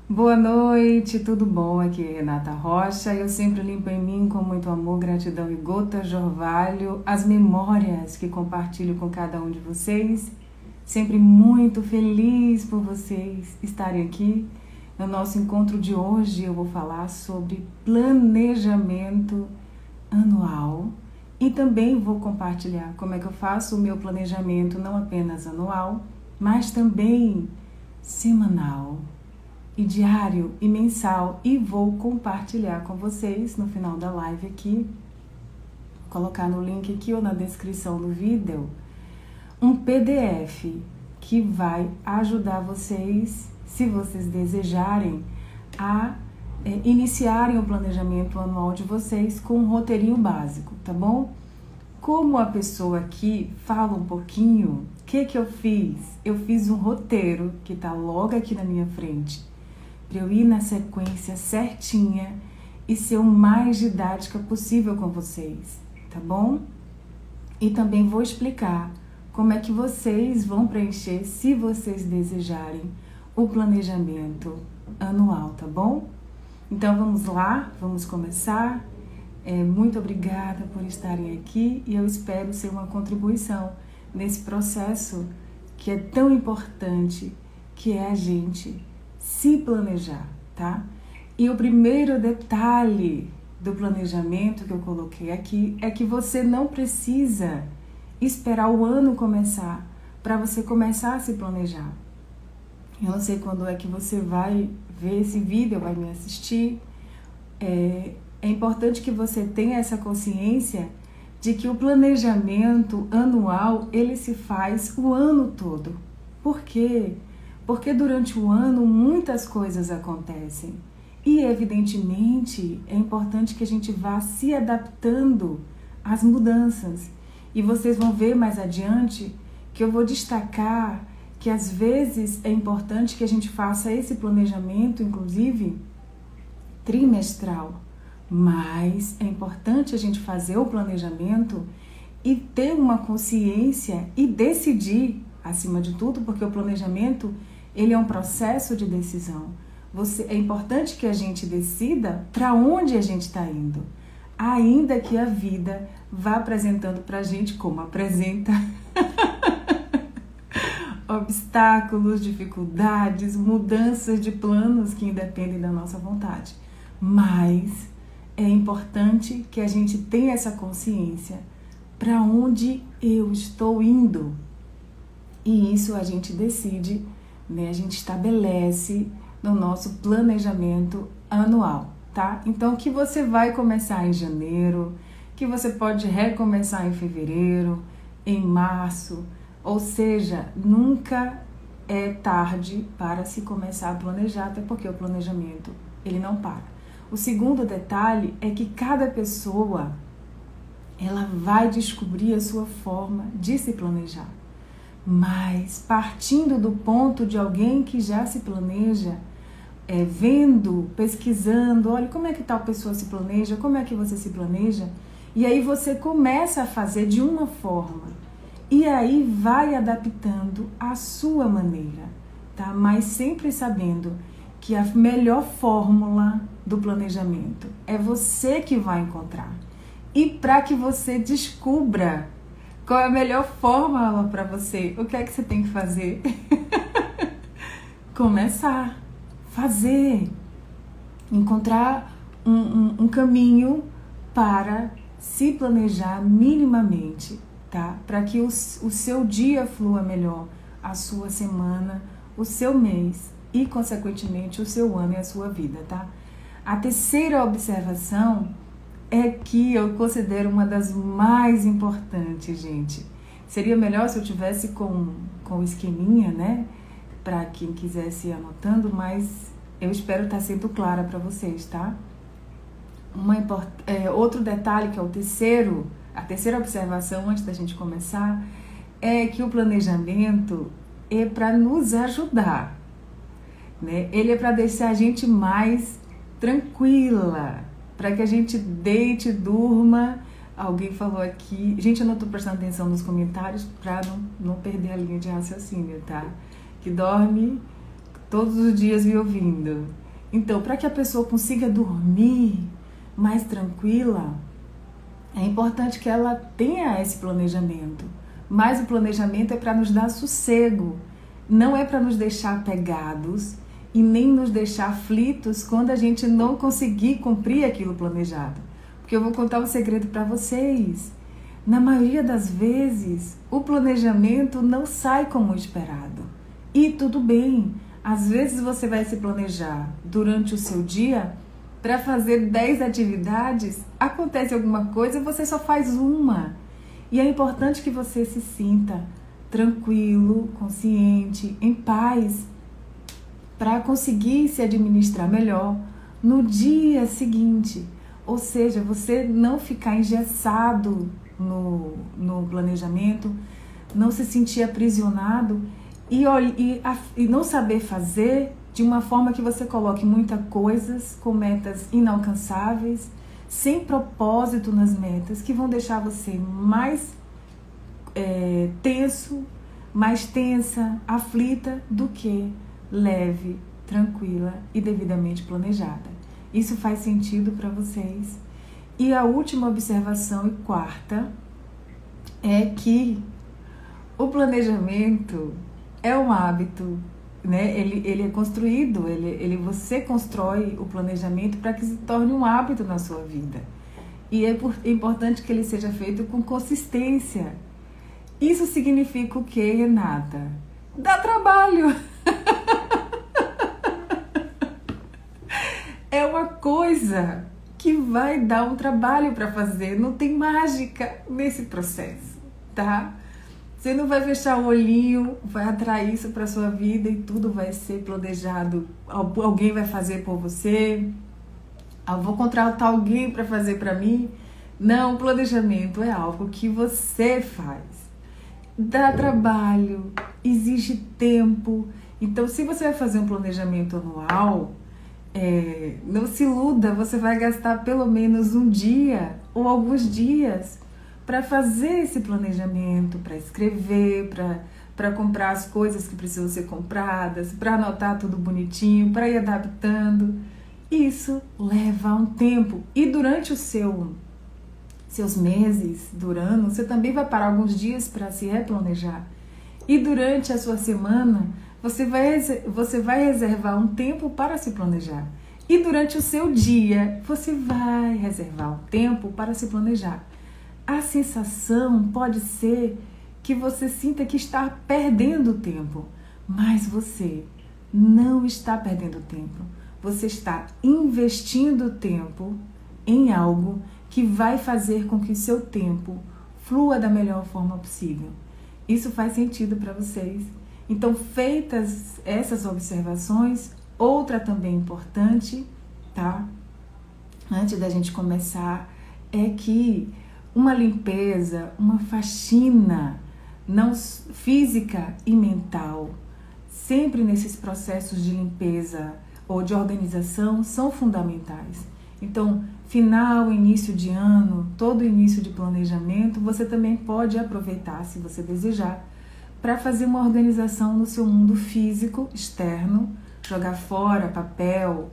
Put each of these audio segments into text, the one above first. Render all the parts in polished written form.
Boa noite, tudo bom? Aqui é Renata Rocha. Eu sempre limpo em mim com muito amor, gratidão e gotas de orvalho as memórias que compartilho com cada um de vocês. Sempre muito feliz por vocês estarem aqui. No nosso encontro de hoje eu vou falar sobre planejamento anual e também vou compartilhar como é que eu faço o meu planejamento não apenas anual, mas também semanal e diário e mensal, e vou compartilhar com vocês no final da live aqui, vou colocar no link aqui ou na descrição do vídeo, um PDF que vai ajudar vocês, se vocês desejarem, a iniciarem o planejamento anual de vocês com um roteirinho básico, tá bom? Como a pessoa aqui fala um pouquinho, o que eu fiz? Eu fiz um roteiro que tá logo aqui na minha frente, para eu ir na sequência certinha e ser o mais didática possível com vocês, tá bom? E também vou explicar como é que vocês vão preencher, se vocês desejarem, o planejamento anual, tá bom? Então vamos lá, vamos começar. Muito obrigada por estarem aqui e eu espero ser uma contribuição nesse processo que é tão importante, que é a gente se planejar, tá? E o primeiro detalhe do planejamento que eu coloquei aqui é que você não precisa esperar o ano começar para você começar a se planejar. Eu não sei quando é que você vai ver esse vídeo, vai me assistir. É importante que você tenha essa consciência de que o planejamento anual, ele se faz o ano todo. Por quê? Porque durante o ano muitas coisas acontecem e, evidentemente, é importante que a gente vá se adaptando às mudanças. E vocês vão ver mais adiante que eu vou destacar que às vezes é importante que a gente faça esse planejamento, inclusive, trimestral. Mas é importante a gente fazer o planejamento e ter uma consciência e decidir, acima de tudo, porque o planejamento ele é um processo de decisão. É importante que a gente decida para onde a gente está indo, ainda que a vida vá apresentando para a gente, como apresenta, obstáculos, dificuldades, mudanças de planos que independem da nossa vontade. Mas é importante que a gente tenha essa consciência para onde eu estou indo. E isso a gente decide, né? A gente estabelece no nosso planejamento anual, tá? Então, que você vai começar em janeiro, que você pode recomeçar em fevereiro, em março, ou seja, nunca é tarde para se começar a planejar, até porque o planejamento, ele não para. O segundo detalhe é que cada pessoa, ela vai descobrir a sua forma de se planejar. Mas partindo do ponto de alguém que já se planeja, vendo, pesquisando, olha como é que tal pessoa se planeja, como é que você se planeja, e aí você começa a fazer de uma forma, e aí vai adaptando a sua maneira, tá? Mas sempre sabendo que a melhor fórmula do planejamento é você que vai encontrar. E para que você descubra qual é a melhor fórmula para você, o que é que você tem que fazer? Começar, fazer, encontrar um caminho para se planejar minimamente, tá? Para que o seu dia flua melhor, a sua semana, o seu mês e, consequentemente, o seu ano e a sua vida, tá? A terceira observação é que eu considero uma das mais importantes, gente. Seria melhor se eu tivesse com o esqueminha, né? Para quem quisesse ir anotando, mas eu espero estar sendo clara para vocês, tá? Outro detalhe que é a terceira observação antes da gente começar, é que o planejamento é para nos ajudar, né? Ele é para deixar a gente mais tranquila, para que a gente deite, durma. Alguém falou aqui, gente, eu não estou prestando atenção nos comentários para não perder a linha de raciocínio, tá? Que dorme todos os dias me ouvindo. Então, para que a pessoa consiga dormir mais tranquila, é importante que ela tenha esse planejamento. Mas o planejamento é para nos dar sossego, não é para nos deixar apegados e nem nos deixar aflitos quando a gente não conseguir cumprir aquilo planejado. Porque eu vou contar um segredo para vocês. Na maioria das vezes, o planejamento não sai como esperado. E tudo bem, às vezes você vai se planejar durante o seu dia para fazer 10 atividades, acontece alguma coisa e você só faz uma. E é importante que você se sinta tranquilo, consciente, em paz, para conseguir se administrar melhor no dia seguinte. Ou seja, você não ficar engessado no planejamento, não se sentir aprisionado e não saber fazer de uma forma que você coloque muitas coisas com metas inalcançáveis, sem propósito nas metas, que vão deixar você mais tenso, mais tensa, aflita do que leve, tranquila e devidamente planejada. Isso faz sentido para vocês? E a última observação e quarta é que o planejamento é um hábito, né? Ele é construído, você constrói o planejamento para que se torne um hábito na sua vida. E é importante que ele seja feito com consistência. Isso significa o quê, Renata? Dá trabalho! É uma coisa que vai dar um trabalho para fazer, não tem mágica nesse processo, tá? Você não vai fechar o olhinho, vai atrair isso para sua vida e tudo vai ser planejado. Alguém vai fazer por você. Eu vou contratar alguém para fazer para mim. Não, o planejamento é algo que você faz. Dá trabalho, exige tempo. Então, se você vai fazer um planejamento anual, não se iluda, você vai gastar pelo menos um dia ou alguns dias para fazer esse planejamento, para escrever, para comprar as coisas que precisam ser compradas, para anotar tudo bonitinho, para ir adaptando. Isso leva um tempo. E durante os seus meses, ano, você também vai parar alguns dias para se replanejar. E durante a sua semana, você vai reservar um tempo para se planejar. E durante o seu dia, você vai reservar um tempo para se planejar. A sensação pode ser que você sinta que está perdendo tempo, mas você não está perdendo tempo. Você está investindo tempo em algo que vai fazer com que o seu tempo flua da melhor forma possível. Isso faz sentido para vocês? Então, feitas essas observações, outra também importante, tá? Antes da gente começar, é que uma limpeza, uma faxina não física e mental, sempre nesses processos de limpeza ou de organização, são fundamentais. Então, final, início de ano, todo início de planejamento, você também pode aproveitar, se você desejar, para fazer uma organização no seu mundo físico, externo, jogar fora papel,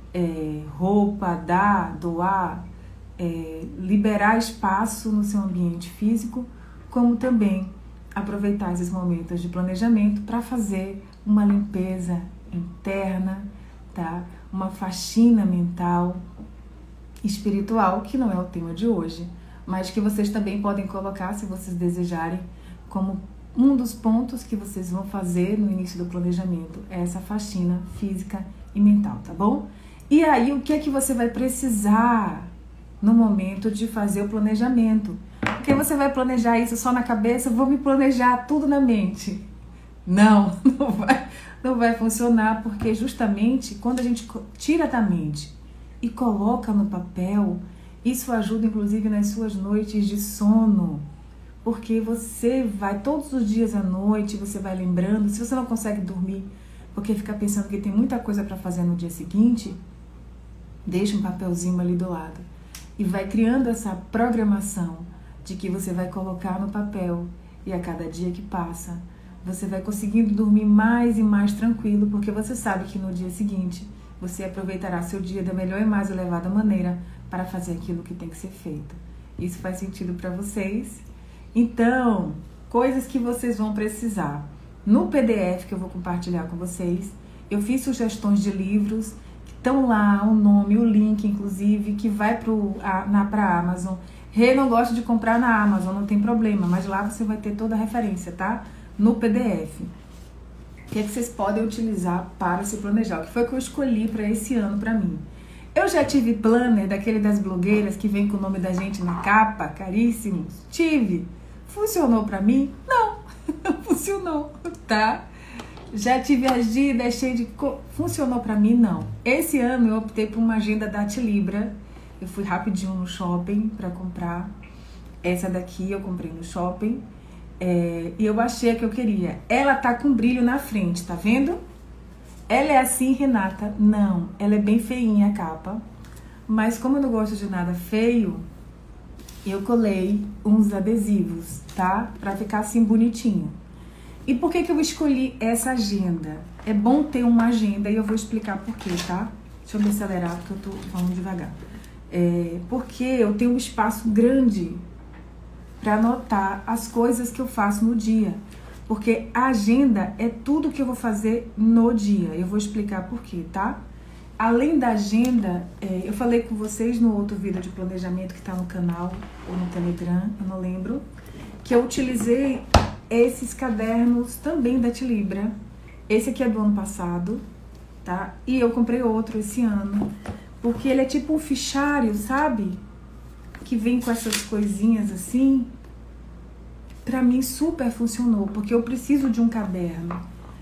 roupa, doar, liberar espaço no seu ambiente físico, como também aproveitar esses momentos de planejamento para fazer uma limpeza interna, tá? Uma faxina mental, espiritual, que não é o tema de hoje, mas que vocês também podem colocar, se vocês desejarem, como um dos pontos que vocês vão fazer no início do planejamento, é essa faxina física e mental, tá bom? E aí, o que é que você vai precisar no momento de fazer o planejamento? Porque você vai planejar isso só na cabeça, vou me planejar tudo na mente. Não vai funcionar, porque justamente quando a gente tira da mente e coloca no papel, isso ajuda inclusive nas suas noites de sono, porque você vai todos os dias à noite, você vai lembrando. Se você não consegue dormir porque fica pensando que tem muita coisa para fazer no dia seguinte, deixa um papelzinho ali do lado e vai criando essa programação de que você vai colocar no papel, e a cada dia que passa, você vai conseguindo dormir mais e mais tranquilo, porque você sabe que no dia seguinte você aproveitará seu dia da melhor e mais elevada maneira para fazer aquilo que tem que ser feito. Isso faz sentido para vocês? Então, coisas que vocês vão precisar. No PDF que eu vou compartilhar com vocês, eu fiz sugestões de livros que estão lá, o nome, o link, inclusive, que vai para a Amazon. Rê não gosta de comprar na Amazon, não tem problema, mas lá você vai ter toda a referência, tá? No PDF. O que é que vocês podem utilizar para se planejar? O que foi que eu escolhi para esse ano para mim? Eu já tive planner daquele das blogueiras que vem com o nome da gente na capa, caríssimos. Tive. Funcionou para mim? Não. Funcionou, tá? Já tive agenda cheia de... Funcionou pra mim? Não. Esse ano eu optei por uma agenda da Tilibra. Eu fui rapidinho no shopping pra comprar. Essa daqui eu comprei no shopping. E eu achei a que eu queria. Ela tá com brilho na frente, tá vendo? Ela é assim, Renata? Não. Ela é bem feinha a capa. Mas como eu não gosto de nada feio, eu colei uns adesivos, tá? Pra ficar assim bonitinho. E por que eu escolhi essa agenda? É bom ter uma agenda e eu vou explicar por quê, tá? Deixa eu me acelerar porque eu tô falando devagar. Porque eu tenho um espaço grande para anotar as coisas que eu faço no dia. Porque a agenda é tudo que eu vou fazer no dia. Eu vou explicar por quê, tá? Além da agenda, eu falei com vocês no outro vídeo de planejamento que tá no canal ou no Telegram, eu não lembro, que eu utilizei esses cadernos também da Tilibra. Esse aqui é do ano passado, tá? E eu comprei outro esse ano, porque ele é tipo um fichário, sabe? Que vem com essas coisinhas assim. Pra mim super funcionou, porque eu preciso de um caderno.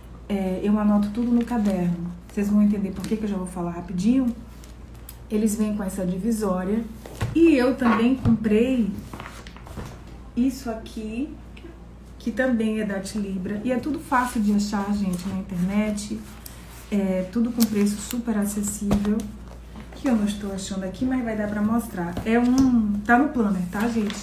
Eu anoto tudo no caderno. Vocês vão entender por que eu já vou falar rapidinho. Eles vêm com essa divisória. E eu também comprei isso aqui, que também é da Tilibra. E é tudo fácil de achar, gente, na internet. Tudo com preço super acessível. Que eu não estou achando aqui, mas vai dar pra mostrar. Tá no planner, tá, gente?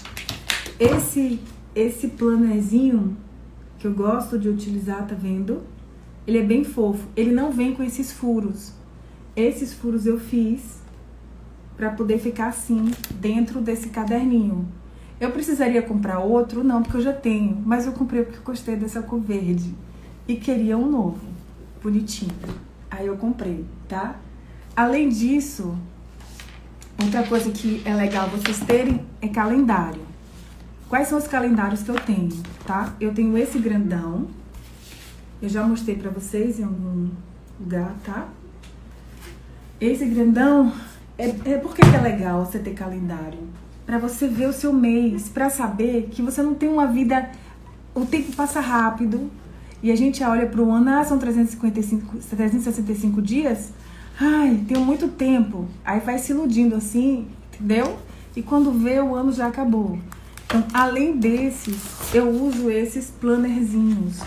Esse plannerzinho que eu gosto de utilizar, tá vendo? Ele é bem fofo. Ele não vem com esses furos. Esses furos eu fiz pra poder ficar assim, dentro desse caderninho. Eu precisaria comprar outro? Não, porque eu já tenho. Mas eu comprei porque eu gostei dessa cor verde. E queria um novo, bonitinho. Aí eu comprei, tá? Além disso, outra coisa que é legal vocês terem é calendário. Quais são os calendários que eu tenho, tá? Eu tenho esse grandão. Eu já mostrei pra vocês em algum lugar, tá? Esse grandão, por que é legal você ter calendário? Pra você ver o seu mês, pra saber que você não tem uma vida... O tempo passa rápido e a gente olha pro ano, são 365 dias. Ai, tenho muito tempo. Aí vai se iludindo assim, entendeu? E quando vê, o ano já acabou. Então, além desses, eu uso esses plannerzinhos.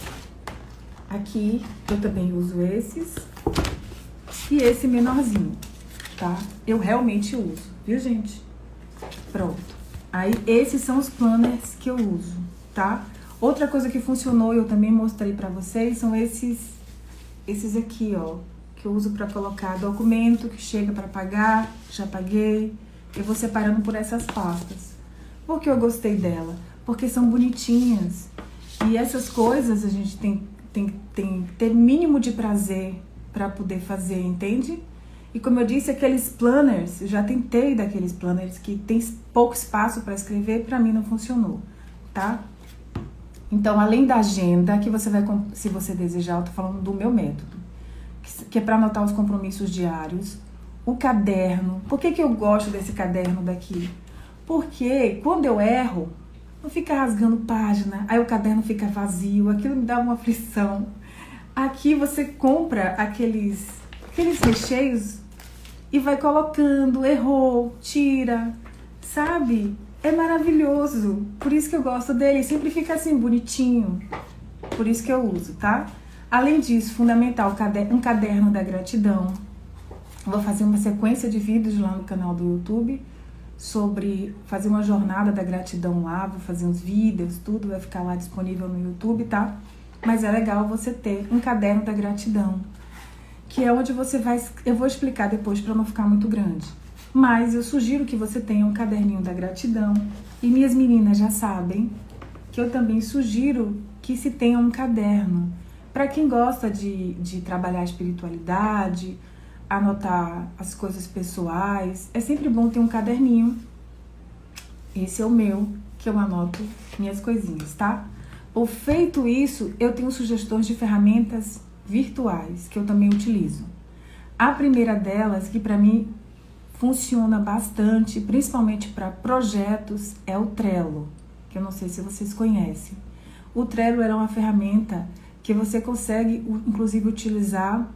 Aqui, eu também uso esses. E esse menorzinho, tá? Eu realmente uso, viu, gente? Pronto. Aí, esses são os planners que eu uso, tá? Outra coisa que funcionou e eu também mostrei pra vocês são esses aqui, ó. Que eu uso pra colocar documento que chega pra pagar, já paguei. Eu vou separando por essas pastas. Por que eu gostei dela? Porque são bonitinhas. E essas coisas a gente tem que ter mínimo de prazer para poder fazer, entende? E como eu disse, aqueles planners, eu já tentei daqueles planners que tem pouco espaço para escrever, para mim não funcionou, tá? Então, além da agenda, que você vai, se você desejar, eu tô falando do meu método, que é para anotar os compromissos diários, o caderno. Por que eu gosto desse caderno daqui? Porque quando eu erro, não fica rasgando página, aí o caderno fica vazio, aquilo me dá uma aflição. Aqui você compra aqueles recheios e vai colocando, errou, tira, sabe? É maravilhoso, por isso que eu gosto dele, sempre fica assim, bonitinho, por isso que eu uso, tá? Além disso, fundamental, um caderno da gratidão. Vou fazer uma sequência de vídeos lá no canal do YouTube, sobre fazer uma jornada da gratidão lá, vou fazer uns vídeos, tudo vai ficar lá disponível no YouTube, tá? mas é legal você ter um caderno da gratidão, que é onde você vai... Eu vou explicar depois para não ficar muito grande. Mas eu sugiro que você tenha um caderninho da gratidão. E minhas meninas já sabem que eu também sugiro que se tenha um caderno. Para quem gosta de trabalhar a espiritualidade, anotar as coisas pessoais, é sempre bom ter um caderninho. Esse é o meu, que eu anoto minhas coisinhas, tá? Ou feito isso, eu tenho sugestões de ferramentas virtuais que eu também utilizo. A primeira delas, que para mim funciona bastante, principalmente para projetos, é o Trello, que eu não sei se vocês conhecem. O Trello é uma ferramenta que você consegue, inclusive, utilizar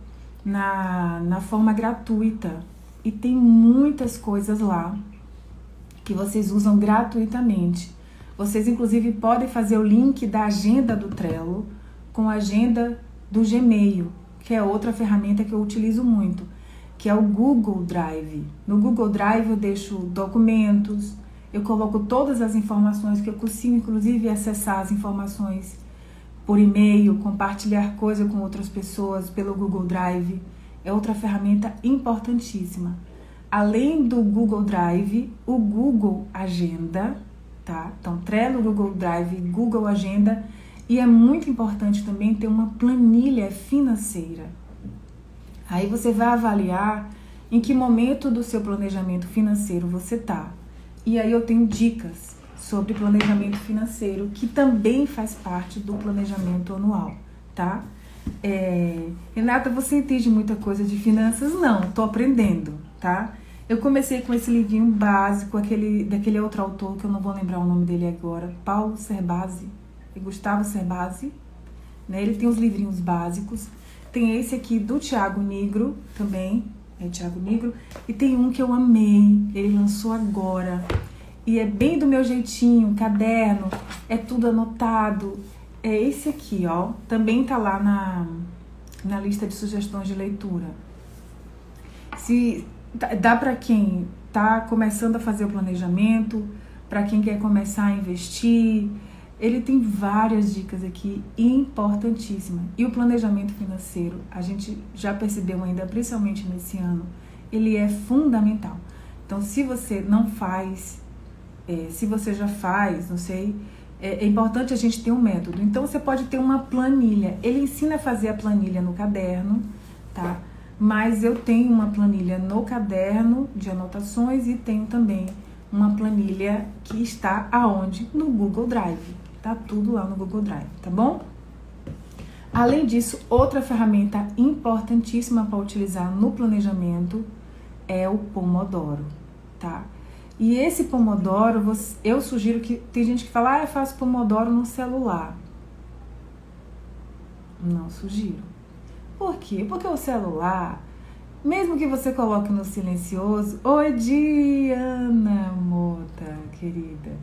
na forma gratuita. E tem muitas coisas lá que vocês usam gratuitamente. Vocês, inclusive, podem fazer o link da agenda do Trello com a agenda do Gmail, que é outra ferramenta que eu utilizo muito, que é o Google Drive. No Google Drive eu deixo documentos, eu coloco todas as informações que eu consigo, inclusive acessar as informações por e-mail, compartilhar coisa com outras pessoas pelo Google Drive. É outra ferramenta importantíssima. Além do Google Drive, o Google Agenda, tá? Então, Trello, Google Drive, Google Agenda. E é muito importante também ter uma planilha financeira. Aí você vai avaliar em que momento do seu planejamento financeiro você está. E aí eu tenho dicas sobre planejamento financeiro, que também faz parte do planejamento anual, tá? Renata, você entende muita coisa de finanças? Não, tô aprendendo, tá? Eu comecei com esse livrinho básico, daquele outro autor, que eu não vou lembrar o nome dele agora, Paulo Cerbasi, Gustavo Cerbasi, né? Ele tem os livrinhos básicos. Tem esse aqui do Thiago Nigro também, Thiago Nigro, e tem um que eu amei, ele lançou agora, e é bem do meu jeitinho, caderno, é tudo anotado, é esse aqui, ó, também tá lá na lista de sugestões de leitura. Se dá para quem tá começando a fazer o planejamento, para quem quer começar a investir. Ele tem várias dicas aqui importantíssimas. E o planejamento financeiro, a gente já percebeu ainda, principalmente nesse ano, ele é fundamental. Então, se você não faz, se você já faz, não sei, é importante a gente ter um método. Então, você pode ter uma planilha. Ele ensina a fazer a planilha no caderno, tá? Mas eu tenho uma planilha no caderno de anotações e tenho também uma planilha que está aonde? No Google Drive. Tá tudo lá no Google Drive, tá bom? Além disso, outra ferramenta importantíssima para utilizar no planejamento é o Pomodoro, tá? E esse Pomodoro, eu sugiro que... Tem gente que fala, eu faço Pomodoro no celular. Não sugiro. Por quê? Porque o celular, mesmo que você coloque no silencioso... Oi, Diana Mota, querida.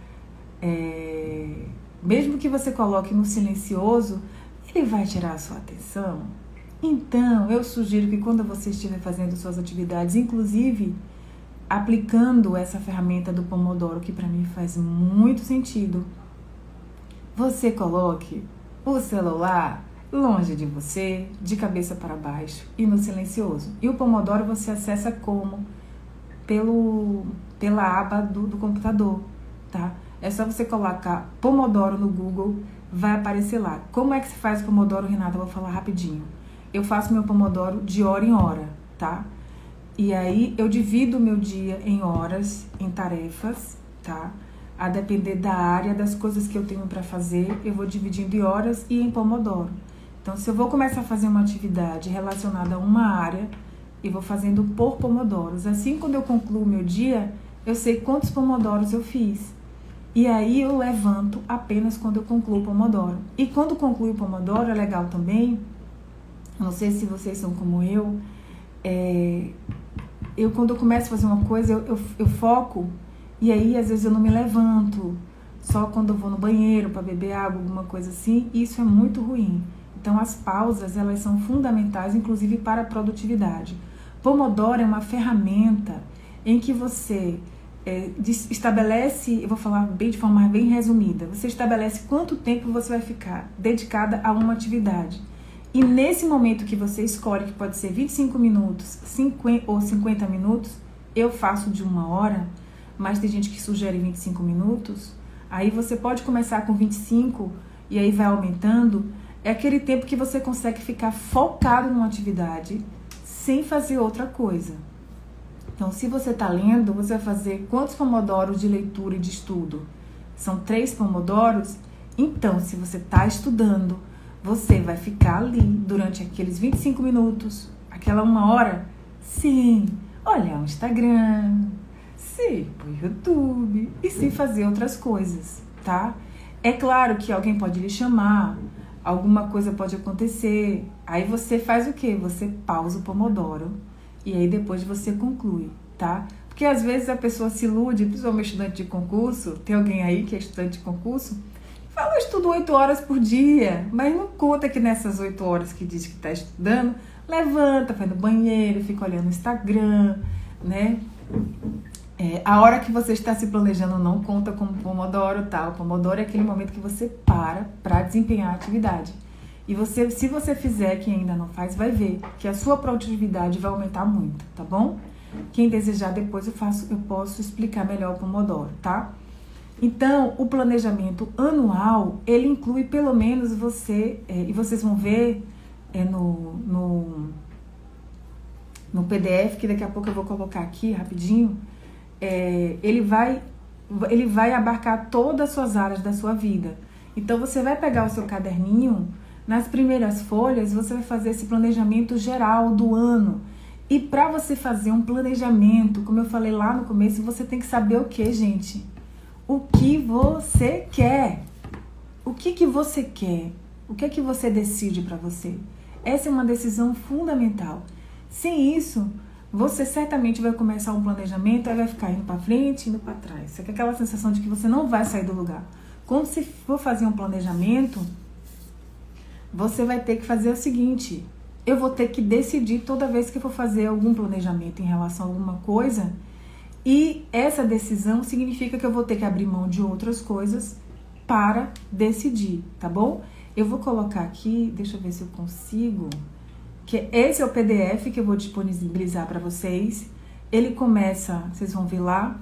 Mesmo que você coloque no silencioso, ele vai tirar a sua atenção. Então, eu sugiro que quando você estiver fazendo suas atividades, inclusive aplicando essa ferramenta do Pomodoro, que para mim faz muito sentido, você coloque o celular longe de você, de cabeça para baixo e no silencioso. E o Pomodoro você acessa como? Pela aba do computador, tá? É só você colocar Pomodoro no Google, vai aparecer lá. Como é que se faz o Pomodoro, Renata? Eu vou falar rapidinho. Eu faço meu Pomodoro de hora em hora, tá? E aí eu divido o meu dia em horas, em tarefas, tá? A depender da área, das coisas que eu tenho para fazer, eu vou dividindo em horas e em Pomodoro. Então, se eu vou começar a fazer uma atividade relacionada a uma área, eu vou fazendo por Pomodoros. Assim, quando eu concluo o meu dia, eu sei quantos Pomodoros eu fiz. E aí eu levanto apenas quando eu concluo o Pomodoro. E quando concluo o Pomodoro, é legal também, não sei se vocês são como eu quando eu começo a fazer uma coisa, eu foco, e aí às vezes eu não me levanto, só quando eu vou no banheiro para beber água, alguma coisa assim, e isso é muito ruim. Então as pausas, elas são fundamentais, inclusive para a produtividade. Pomodoro é uma ferramenta em que você estabelece, eu vou falar bem de forma bem resumida, você estabelece quanto tempo você vai ficar dedicada a uma atividade. E nesse momento que você escolhe, que pode ser 25 minutos 50 ou 50 minutos, eu faço de 1 hora, mas tem gente que sugere 25 minutos, aí você pode começar com 25 e aí vai aumentando. É aquele tempo que você consegue ficar focado numa atividade sem fazer outra coisa. Então, se você está lendo, você vai fazer quantos pomodoros de leitura e de estudo? São 3 pomodoros? Então, se você está estudando, você vai ficar ali durante aqueles 25 minutos, aquela 1 hora, sim, olhar o Instagram, sim, o YouTube e sim fazer outras coisas, tá? É claro que alguém pode lhe chamar, alguma coisa pode acontecer, aí você faz o quê? Você pausa o pomodoro e aí depois você conclui, tá? Porque às vezes a pessoa se ilude, principalmente estudante de concurso, tem alguém aí que é estudante de concurso, fala, eu estudo 8 horas por dia, mas não conta que nessas 8 horas que diz que está estudando, levanta, vai no banheiro, fica olhando o Instagram, né? A hora que você está se planejando não conta como pomodoro, tá? O pomodoro é aquele momento que você para desempenhar a atividade. E você, se você fizer, quem ainda não faz, vai ver que a sua produtividade vai aumentar muito, tá bom? Quem desejar, depois eu posso explicar melhor o pomodoro, tá? Então, o planejamento anual, ele inclui pelo menos você, e vocês vão ver no PDF, que daqui a pouco eu vou colocar aqui rapidinho, ele vai abarcar todas as suas áreas da sua vida. Então, você vai pegar o seu caderninho, nas primeiras folhas, você vai fazer esse planejamento geral do ano. E para você fazer um planejamento, como eu falei lá no começo, você tem que saber o que, gente? O que você quer. O que você quer? O que é que você decide para você? Essa é uma decisão fundamental. Sem isso, você certamente vai começar um planejamento, aí vai ficar indo para frente, indo para trás. Isso é aquela sensação de que você não vai sair do lugar. Quando você for fazer um planejamento, você vai ter que fazer o seguinte: eu vou ter que decidir toda vez que eu for fazer algum planejamento em relação a alguma coisa, e essa decisão significa que eu vou ter que abrir mão de outras coisas para decidir, tá bom? Eu vou colocar aqui, deixa eu ver se eu consigo, que esse é o PDF que eu vou disponibilizar para vocês. Ele começa, vocês vão ver lá,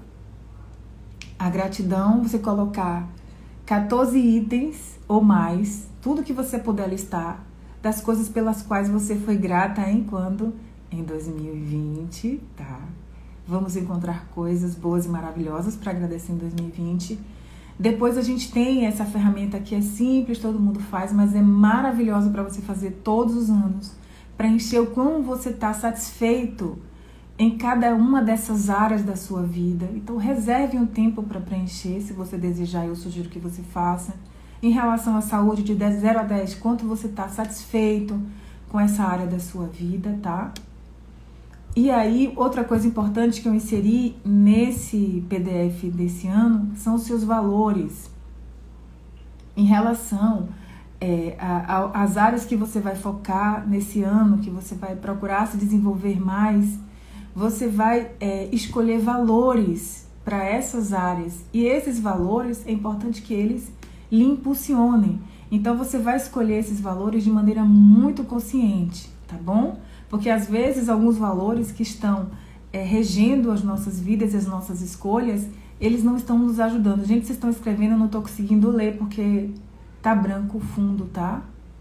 a gratidão, você colocar 14 itens ou mais, tudo que você puder listar, das coisas pelas quais você foi grata em 2020, tá? Vamos encontrar coisas boas e maravilhosas para agradecer em 2020. Depois a gente tem essa ferramenta que é simples, todo mundo faz, mas é maravilhosa para você fazer todos os anos, para encher o quão você está satisfeito em cada uma dessas áreas da sua vida. Então reserve um tempo para preencher, se você desejar, eu sugiro que você faça. Em relação à saúde, de 0 a 10, quanto você está satisfeito com essa área da sua vida, tá? E aí, outra coisa importante que eu inseri nesse PDF desse ano são os seus valores em relação às áreas que você vai focar nesse ano, que você vai procurar se desenvolver mais. Você vai escolher valores para essas áreas, e esses valores é importante que eles lhe impulsionem. Então você vai escolher esses valores de maneira muito consciente, tá bom? Porque às vezes alguns valores que estão regendo as nossas vidas e as nossas escolhas, eles não estão nos ajudando. Gente, vocês estão escrevendo, eu não estou conseguindo ler porque tá branco o fundo, tá?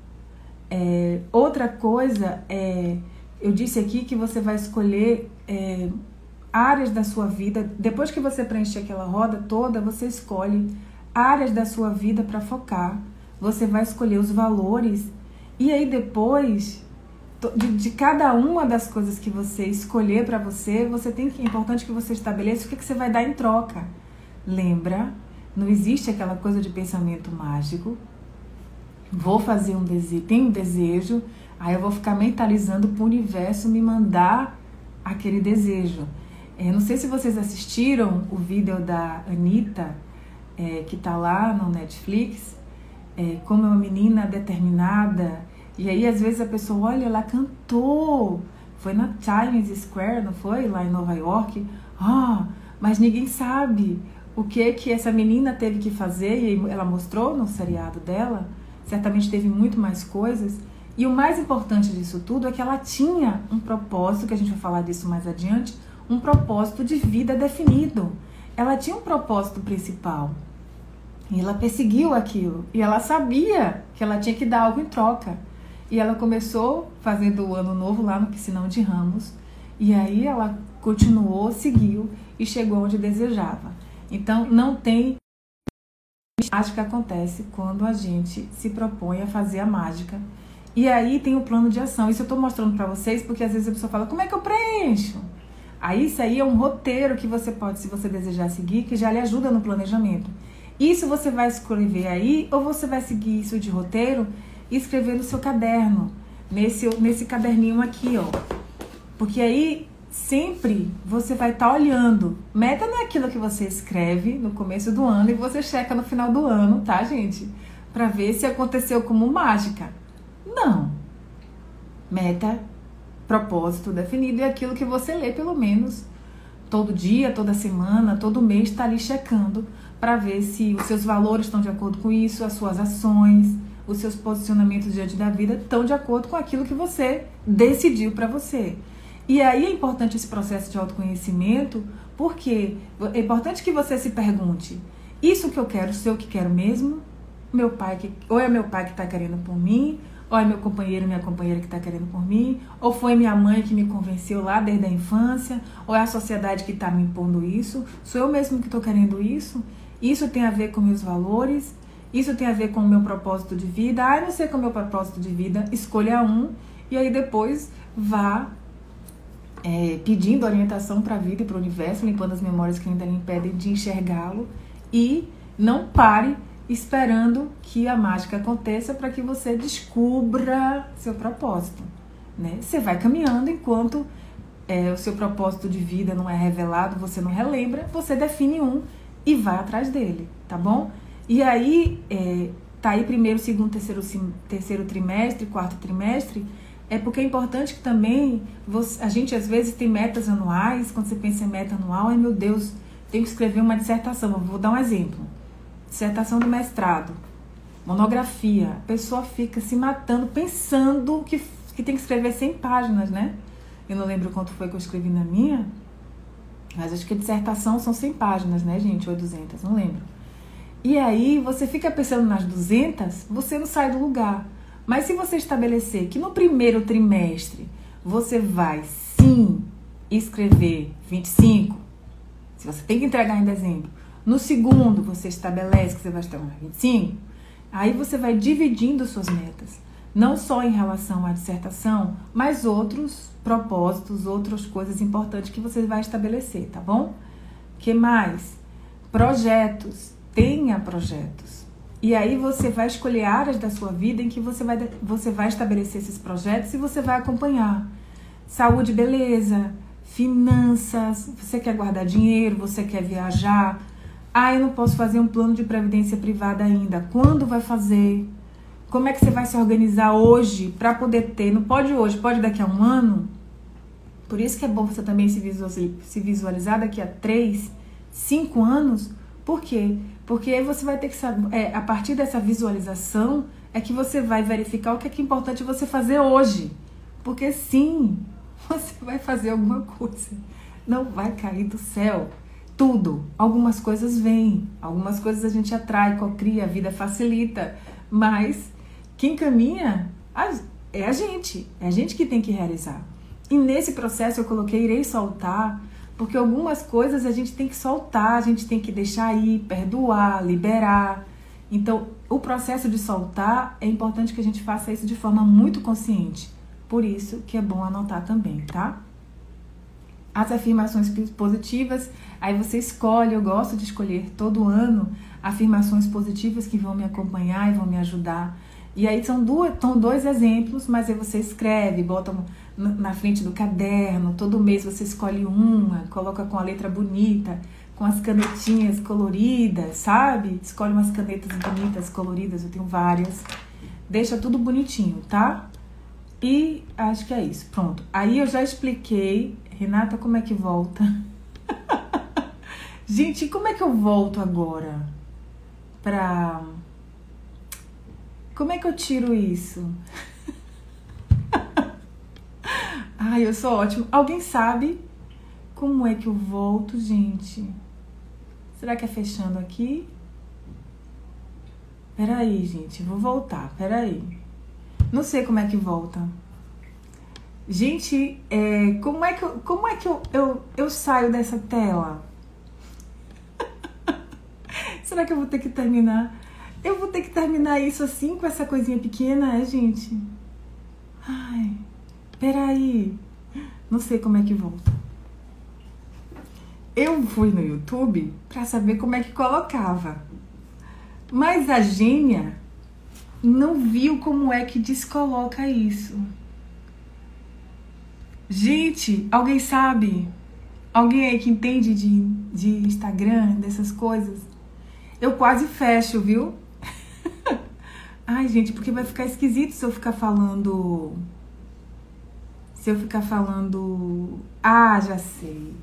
Outra coisa eu disse aqui que você vai escolher áreas da sua vida. Depois que você preencher aquela roda toda, você escolhe áreas da sua vida para focar. Você vai escolher os valores e aí depois de cada uma das coisas que você escolher para você, é importante que você estabeleça o que você vai dar em troca. Lembra, não existe aquela coisa de pensamento mágico. Vou fazer um desejo, tenho um desejo, aí eu vou ficar mentalizando para o universo me mandar aquele desejo. Não sei se vocês assistiram o vídeo da Anitta, que tá lá no Netflix, como é uma menina determinada. E aí, às vezes, a pessoa, olha, ela cantou, foi na Times Square, não foi? Lá em Nova York. mas ninguém sabe o que essa menina teve que fazer, e ela mostrou no seriado dela, certamente teve muito mais coisas, e o mais importante disso tudo é que ela tinha um propósito, que a gente vai falar disso mais adiante, um propósito de vida definido. Ela tinha um propósito principal, e ela perseguiu aquilo, e ela sabia que ela tinha que dar algo em troca. E ela começou fazendo o ano novo lá no Piscinão de Ramos, e aí ela continuou, seguiu e chegou onde desejava. Então, não tem mágica, acontece quando a gente se propõe a fazer a mágica. E aí tem o plano de ação. Isso eu estou mostrando para vocês porque às vezes a pessoa fala, como é que eu preencho? Aí isso aí é um roteiro que você pode, se você desejar seguir, que já lhe ajuda no planejamento. Isso você vai escrever aí, ou você vai seguir isso de roteiro e escrever no seu caderno, nesse caderninho aqui, ó. Porque aí sempre você vai estar olhando. Meta não é aquilo que você escreve no começo do ano e você checa no final do ano, tá, gente? Pra ver se aconteceu como mágica. Não. Meta, propósito definido é aquilo que você lê pelo menos todo dia, toda semana, todo mês, tá ali checando para ver se os seus valores estão de acordo com isso, as suas ações, os seus posicionamentos diante da vida estão de acordo com aquilo que você decidiu para você. E aí é importante esse processo de autoconhecimento, porque é importante que você se pergunte, isso que eu quero, sou eu que quero mesmo? Meu pai ou é meu pai que está querendo por mim, ou é meu companheiro, minha companheira que está querendo por mim, ou foi minha mãe que me convenceu lá desde a infância, ou é a sociedade que está me impondo isso, sou eu mesmo que estou querendo isso? Isso tem a ver com meus valores? Isso tem a ver com o meu propósito de vida? Ah, eu não sei qual é o meu propósito de vida, escolha um, e aí depois vá pedindo orientação para a vida e para o universo, limpando as memórias que ainda lhe impedem de enxergá-lo, e não pare esperando que a mágica aconteça para que você descubra seu propósito, né? Você vai caminhando enquanto o seu propósito de vida não é revelado, você não relembra, você define um e vai atrás dele, tá bom? E aí, tá aí primeiro, segundo, terceiro trimestre, quarto trimestre, porque é importante que também, a gente às vezes tem metas anuais, quando você pensa em meta anual, ai meu Deus, tenho que escrever uma dissertação, vou dar um exemplo. Dissertação do mestrado, monografia, a pessoa fica se matando pensando que tem que escrever 100 páginas, né? Eu não lembro quanto foi que eu escrevi na minha, mas acho que a dissertação são 100 páginas, né, gente? Ou 200, não lembro. E aí você fica pensando nas 200, você não sai do lugar. Mas se você estabelecer que no primeiro trimestre você vai sim escrever 25, se você tem que entregar em dezembro, no segundo você estabelece que você vai escrever 25, aí você vai dividindo suas metas. Não só em relação à dissertação, mas outros propósitos, outras coisas importantes que você vai estabelecer, tá bom? Que mais? Projetos. Tenha projetos. E aí você vai escolher áreas da sua vida em que você vai estabelecer esses projetos e você vai acompanhar. Saúde, beleza, finanças, você quer guardar dinheiro, você quer viajar. Ah, eu não posso fazer um plano de previdência privada ainda. Quando vai fazer? Como é que você vai se organizar hoje para poder ter? Não pode hoje, pode daqui a um ano? Por isso que é bom você também se visualizar daqui a 3, 5 anos. Por quê? Porque aí você vai ter que saber, a partir dessa visualização, é que você vai verificar o que é importante você fazer hoje. Porque sim, você vai fazer alguma coisa. Não vai cair do céu tudo. Algumas coisas vêm, algumas coisas a gente atrai, cocria, a vida facilita. Mas quem caminha é a gente que tem que realizar. E nesse processo eu coloquei irei soltar, porque algumas coisas a gente tem que soltar, a gente tem que deixar ir, perdoar, liberar. Então, o processo de soltar, é importante que a gente faça isso de forma muito consciente. Por isso que é bom anotar também, tá? As afirmações positivas, aí você escolhe, eu gosto de escolher todo ano afirmações positivas que vão me acompanhar e vão me ajudar. E aí são dois exemplos, mas aí você escreve, bota na frente do caderno, todo mês você escolhe uma, coloca com a letra bonita, com as canetinhas coloridas, sabe? Escolhe umas canetas bonitas, coloridas, eu tenho várias. Deixa tudo bonitinho, tá? E acho que é isso, pronto. Aí eu já expliquei, Renata, como é que volta? Gente, como é que eu volto agora pra... Como é que eu tiro isso? Ai, eu sou ótimo. Alguém sabe como é que eu volto, gente? Será que é fechando aqui? Peraí, gente, vou voltar, peraí. Não sei como é que volta. Gente, como é que eu saio dessa tela? Será que eu vou ter que terminar? Eu vou ter que terminar isso assim, com essa coisinha pequena, gente? Ai, peraí. Não sei como é que volta. Eu fui no YouTube pra saber como é que colocava. Mas a gênia não viu como é que descoloca isso. Gente, alguém sabe? Alguém aí que entende de Instagram, dessas coisas? Eu quase fecho, viu? Ai, gente, porque vai ficar esquisito se eu ficar falando... Ah, já sei.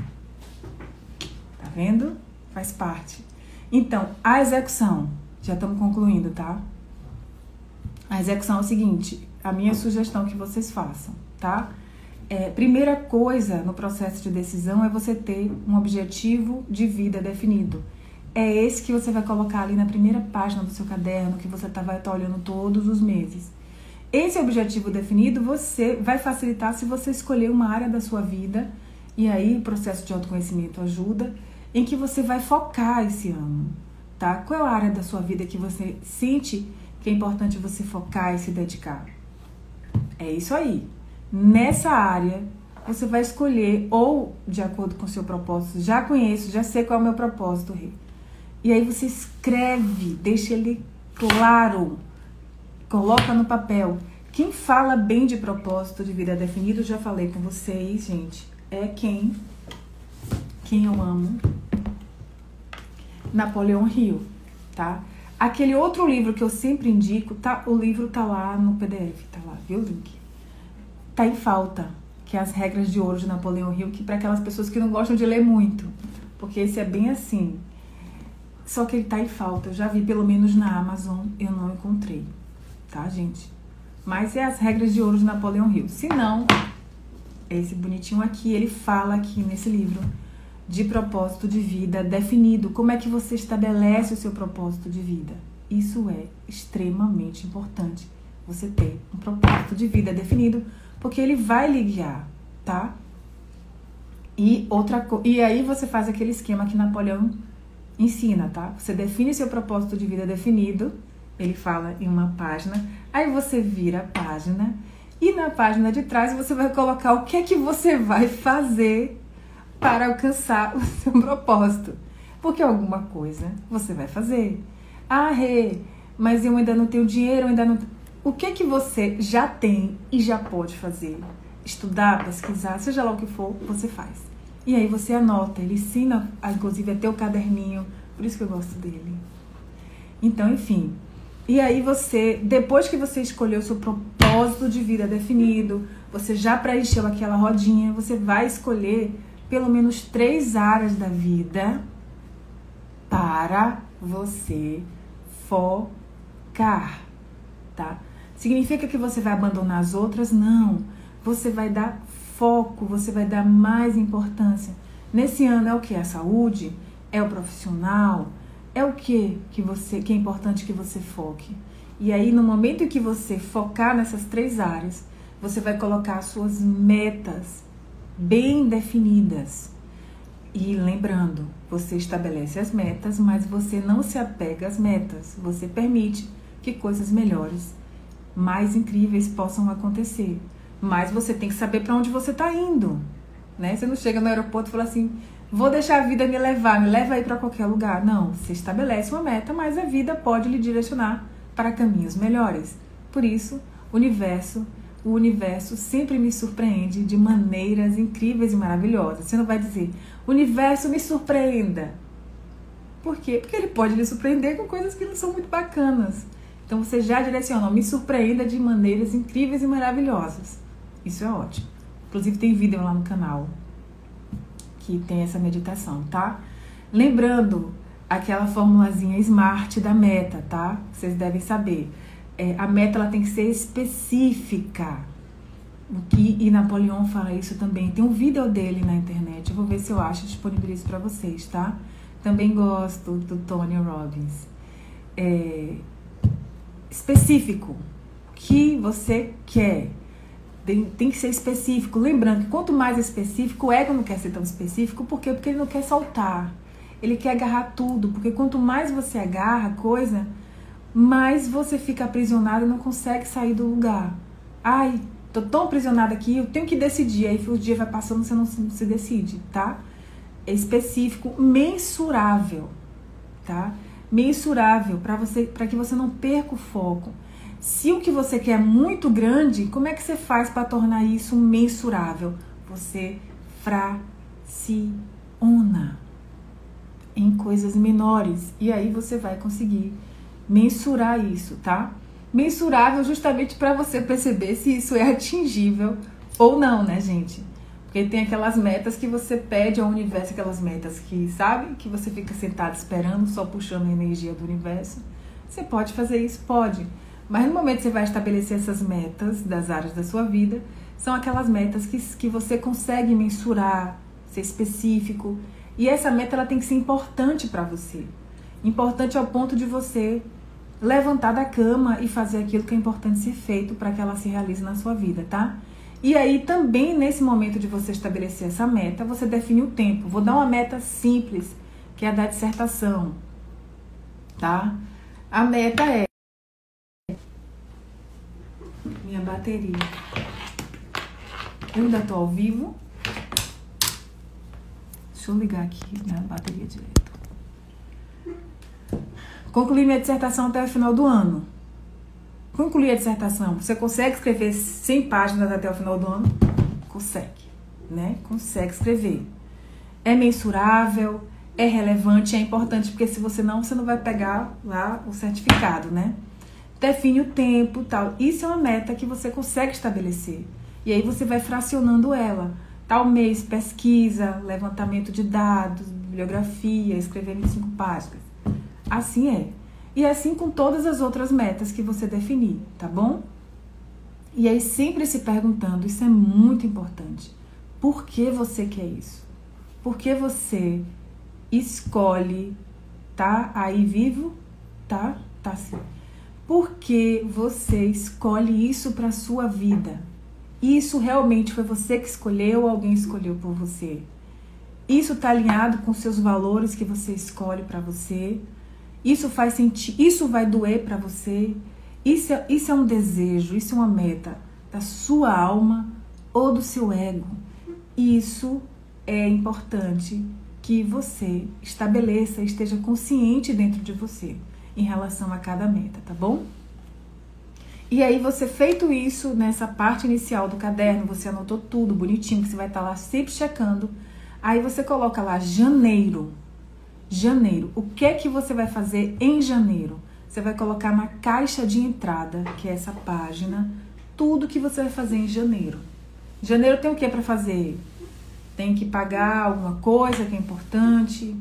Tá vendo? Faz parte. Então, a execução. Já estamos concluindo, tá? A execução é o seguinte. A minha sugestão que vocês façam, tá? Primeira coisa no processo de decisão é você ter um objetivo de vida definido. É esse que você vai colocar ali na primeira página do seu caderno, que você vai estar olhando todos os meses. Esse objetivo definido vai facilitar se você escolher uma área da sua vida, e aí o processo de autoconhecimento ajuda, em que você vai focar esse ano, tá? Qual é a área da sua vida que você sente que é importante você focar e se dedicar? É isso aí. Nessa área, você vai escolher, ou de acordo com o seu propósito, já conheço, já sei qual é o meu propósito, Rê. E aí você escreve, deixa ele claro, coloca no papel. Quem fala bem de propósito de vida definido, já falei com vocês, gente, é quem eu amo, Napoleão Hill, tá? Aquele outro livro que eu sempre indico, tá? O livro tá lá no PDF, tá lá, viu o link? Tá em falta, que é As Regras de Ouro de Napoleão Hill, que para aquelas pessoas que não gostam de ler muito, porque esse é bem assim. Só que ele tá em falta, eu já vi pelo menos na Amazon, eu não encontrei, tá, gente? Mas é As Regras de Ouro de Napoleão Hill. Se não, esse bonitinho aqui, ele fala aqui nesse livro de propósito de vida definido. Como é que você estabelece o seu propósito de vida? Isso é extremamente importante, você ter um propósito de vida definido, porque ele vai lhe guiar, tá? E aí você faz aquele esquema que Napoleão ensina, tá? Você define seu propósito de vida definido, ele fala em uma página, aí você vira a página e na página de trás você vai colocar o que é que você vai fazer para alcançar o seu propósito. Porque alguma coisa você vai fazer. Ah, Rê, mas eu ainda não tenho dinheiro, eu ainda não... O que é que você já tem e já pode fazer? Estudar, pesquisar, seja lá o que for, você faz. E aí você anota, ele ensina, inclusive, a ter o caderninho, por isso que eu gosto dele. Então, enfim. E aí você, depois que você escolheu o seu propósito de vida definido, você já preencheu aquela rodinha, você vai escolher pelo menos 3 áreas da vida para você focar, tá? Significa que você vai abandonar as outras? Não. Você vai dar foco, você vai dar mais importância. Nesse ano é o que? A saúde? É o profissional? É o que é importante que você foque? E aí, no momento em que você focar nessas 3 áreas, você vai colocar as suas metas bem definidas. E lembrando, você estabelece as metas, mas você não se apega às metas. Você permite que coisas melhores, mais incríveis possam acontecer. Mas você tem que saber para onde você está indo, né? Você não chega no aeroporto e fala assim, vou deixar a vida me levar, me leva aí para qualquer lugar. Não, você estabelece uma meta, mas a vida pode lhe direcionar para caminhos melhores. Por isso, o universo sempre me surpreende de maneiras incríveis e maravilhosas. Você não vai dizer, universo me surpreenda. Por quê? Porque ele pode lhe surpreender com coisas que não são muito bacanas. Então você já direciona, me surpreenda de maneiras incríveis e maravilhosas. Isso é ótimo. Inclusive tem vídeo lá no canal que tem essa meditação, tá? Lembrando aquela formulazinha SMART da meta, tá? Vocês devem saber. A meta ela tem que ser específica. E Napoleão fala isso também. Tem um vídeo dele na internet. Eu vou ver se eu acho e disponibilizo para vocês, tá? Também gosto do Tony Robbins. Específico. O que você quer. Tem que ser específico. Lembrando que quanto mais específico, o ego não quer ser tão específico. Por quê? Porque ele não quer soltar. Ele quer agarrar tudo. Porque quanto mais você agarra a coisa, mais você fica aprisionado e não consegue sair do lugar. Ai, tô tão aprisionada aqui, eu tenho que decidir. Aí o dia vai passando, você não se decide, tá? É específico, mensurável, tá? Mensurável, para que você não perca o foco. Se o que você quer é muito grande, como é que você faz para tornar isso mensurável? Você fraciona em coisas menores. E aí você vai conseguir mensurar isso, tá? Mensurável justamente para você perceber se isso é atingível ou não, né, gente? Porque tem aquelas metas que você pede ao universo, aquelas metas que, sabe? Que você fica sentado esperando, só puxando a energia do universo. Você pode fazer isso? Pode. Mas no momento que você vai estabelecer essas metas das áreas da sua vida, são aquelas metas que você consegue mensurar, ser específico. E essa meta ela tem que ser importante para você. Importante ao ponto de você levantar da cama e fazer aquilo que é importante ser feito para que ela se realize na sua vida, tá? E aí também nesse momento de você estabelecer essa meta, você define o tempo. Vou dar uma meta simples, que é a da dissertação, tá? A meta é minha bateria. Eu ainda tô ao vivo. Deixa eu ligar aqui minha bateria direto. Concluir minha dissertação até o final do ano. Concluir a dissertação. Você consegue escrever 100 páginas até o final do ano? Consegue, né? Consegue escrever. É mensurável, é relevante, é importante, porque se você não vai pegar lá o certificado, né? Define o tempo, tal. Isso é uma meta que você consegue estabelecer. E aí você vai fracionando ela. Tal mês, pesquisa, levantamento de dados, bibliografia, escrever 25 páginas. Assim é. E assim com todas as outras metas que você definir, tá bom? E aí sempre se perguntando, isso é muito importante. Por que você quer isso? Por que você escolhe, tá aí vivo? Tá? Tá sim. Por que você escolhe isso para sua vida? Isso realmente foi você que escolheu ou alguém escolheu por você? Isso está alinhado com seus valores que você escolhe para você? Isso faz sentido? Isso vai doer para você? Isso é um desejo, isso é uma meta da sua alma ou do seu ego? Isso é importante que você estabeleça, esteja consciente dentro de você em relação a cada meta, tá bom? E aí você feito isso, nessa parte inicial do caderno, você anotou tudo bonitinho, que você vai estar lá sempre checando. Aí você coloca lá janeiro. Janeiro. O que é que você vai fazer em janeiro? Você vai colocar na caixa de entrada, que é essa página, tudo que você vai fazer em janeiro. Janeiro tem o que para fazer? Tem que pagar alguma coisa que é importante.